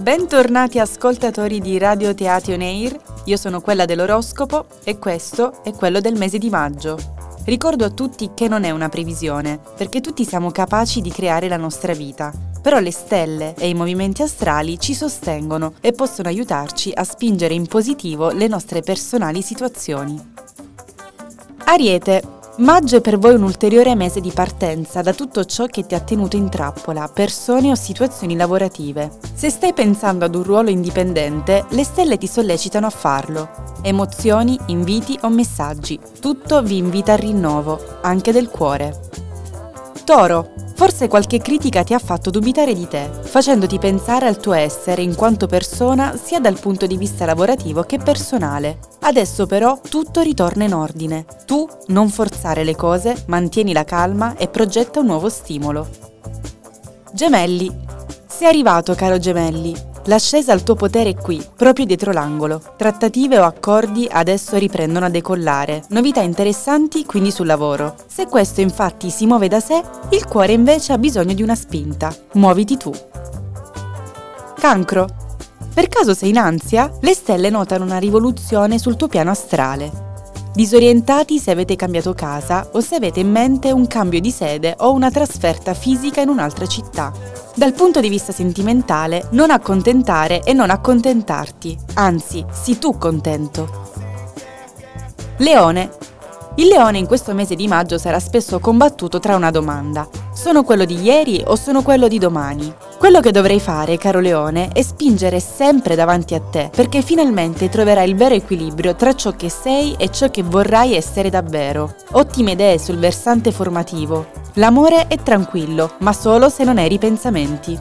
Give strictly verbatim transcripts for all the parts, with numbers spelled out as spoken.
Bentornati ascoltatori di Radio Teatro On Air, io sono quella dell'oroscopo e questo è quello del mese di maggio. Ricordo a tutti che non è una previsione, perché tutti siamo capaci di creare la nostra vita, però le stelle e i movimenti astrali ci sostengono e possono aiutarci a spingere in positivo le nostre personali situazioni. Ariete. Maggio è per voi un ulteriore mese di partenza da tutto ciò che ti ha tenuto in trappola, persone o situazioni lavorative. Se stai pensando ad un ruolo indipendente, le stelle ti sollecitano a farlo. Emozioni, inviti o messaggi, tutto vi invita al rinnovo, anche del cuore. Toro. Forse qualche critica ti ha fatto dubitare di te, facendoti pensare al tuo essere in quanto persona sia dal punto di vista lavorativo che personale. Adesso però tutto ritorna in ordine. Tu non forzare le cose, mantieni la calma e progetta un nuovo stimolo. Gemelli. Sei arrivato, caro Gemelli. L'ascesa al tuo potere è qui, proprio dietro l'angolo. Trattative o accordi adesso riprendono a decollare. Novità interessanti quindi sul lavoro. Se questo infatti si muove da sé, il cuore invece ha bisogno di una spinta. Muoviti tu. Cancro. Per caso sei in ansia? Le stelle notano una rivoluzione sul tuo piano astrale. Disorientati se avete cambiato casa o se avete in mente un cambio di sede o una trasferta fisica in un'altra città. Dal punto di vista sentimentale, non accontentare e non accontentarti, anzi, sii tu contento. Leone. Il leone in questo mese di maggio sarà spesso combattuto tra una domanda. Sono quello di ieri o sono quello di domani? Quello che dovrai fare, caro leone, è spingere sempre davanti a te, perché finalmente troverai il vero equilibrio tra ciò che sei e ciò che vorrai essere davvero. Ottime idee sul versante formativo. L'amore è tranquillo, ma solo se non hai ripensamenti.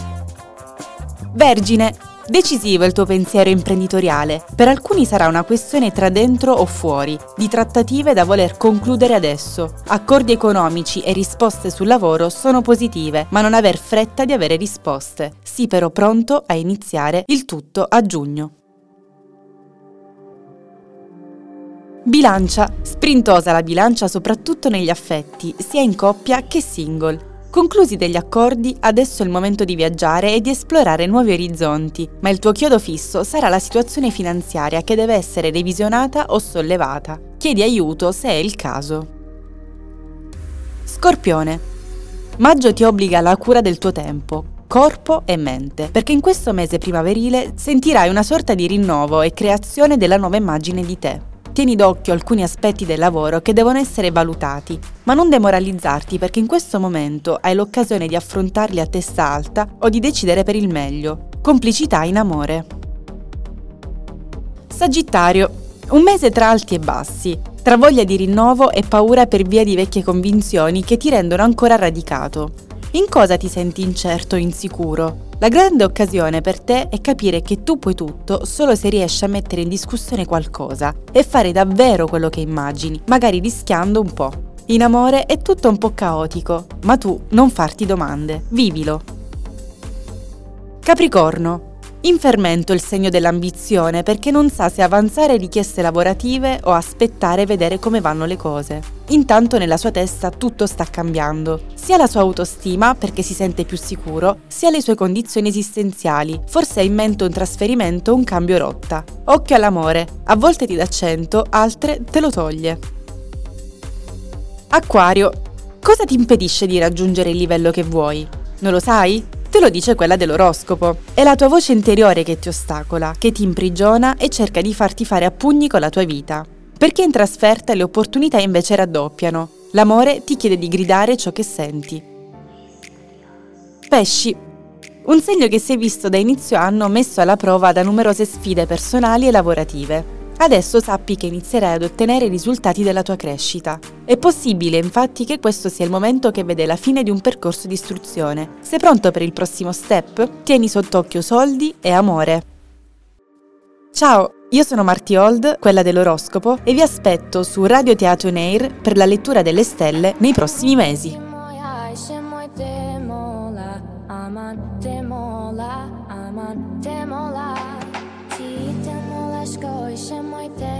Vergine. Decisivo il tuo pensiero imprenditoriale. Per alcuni sarà una questione tra dentro o fuori, di trattative da voler concludere adesso. Accordi economici e risposte sul lavoro sono positive, ma non aver fretta di avere risposte. Sii però pronto a iniziare il tutto a giugno. Bilancia. Sprintosa la bilancia soprattutto negli affetti, sia in coppia che single. Conclusi degli accordi, adesso è il momento di viaggiare e di esplorare nuovi orizzonti, ma il tuo chiodo fisso sarà la situazione finanziaria che deve essere revisionata o sollevata. Chiedi aiuto se è il caso. Scorpione. Maggio ti obbliga alla cura del tuo tempo, corpo e mente, perché in questo mese primaverile sentirai una sorta di rinnovo e creazione della nuova immagine di te. Tieni d'occhio alcuni aspetti del lavoro che devono essere valutati, ma non demoralizzarti perché in questo momento hai l'occasione di affrontarli a testa alta o di decidere per il meglio. Complicità in amore. Sagittario. Un mese tra alti e bassi, tra voglia di rinnovo e paura per via di vecchie convinzioni che ti rendono ancora radicato. In cosa ti senti incerto o insicuro? La grande occasione per te è capire che tu puoi tutto solo se riesci a mettere in discussione qualcosa e fare davvero quello che immagini, magari rischiando un po'. In amore è tutto un po' caotico, ma tu non farti domande, vivilo. Capricorno. In fermento il segno dell'ambizione perché non sa se avanzare richieste lavorative o aspettare e vedere come vanno le cose. Intanto nella sua testa tutto sta cambiando, sia la sua autostima perché si sente più sicuro, sia le sue condizioni esistenziali, forse ha in mente un trasferimento o un cambio rotta. Occhio all'amore, a volte ti dà cento, altre te lo toglie. Acquario. Cosa ti impedisce di raggiungere il livello che vuoi? Non lo sai? Te lo dice quella dell'oroscopo. È la tua voce interiore che ti ostacola, che ti imprigiona e cerca di farti fare a pugni con la tua vita. Perché in trasferta le opportunità invece raddoppiano. L'amore ti chiede di gridare ciò che senti. Pesci. Un segno che si è visto da inizio anno messo alla prova da numerose sfide personali e lavorative. Adesso sappi che inizierai ad ottenere i risultati della tua crescita. È possibile infatti che questo sia il momento che vede la fine di un percorso di istruzione. Sei pronto per il prossimo step? Tieni sott'occhio soldi e amore. Ciao, io sono Marti Old, quella dell'oroscopo, e vi aspetto su Radio Teatro On Air per la lettura delle stelle nei prossimi mesi. She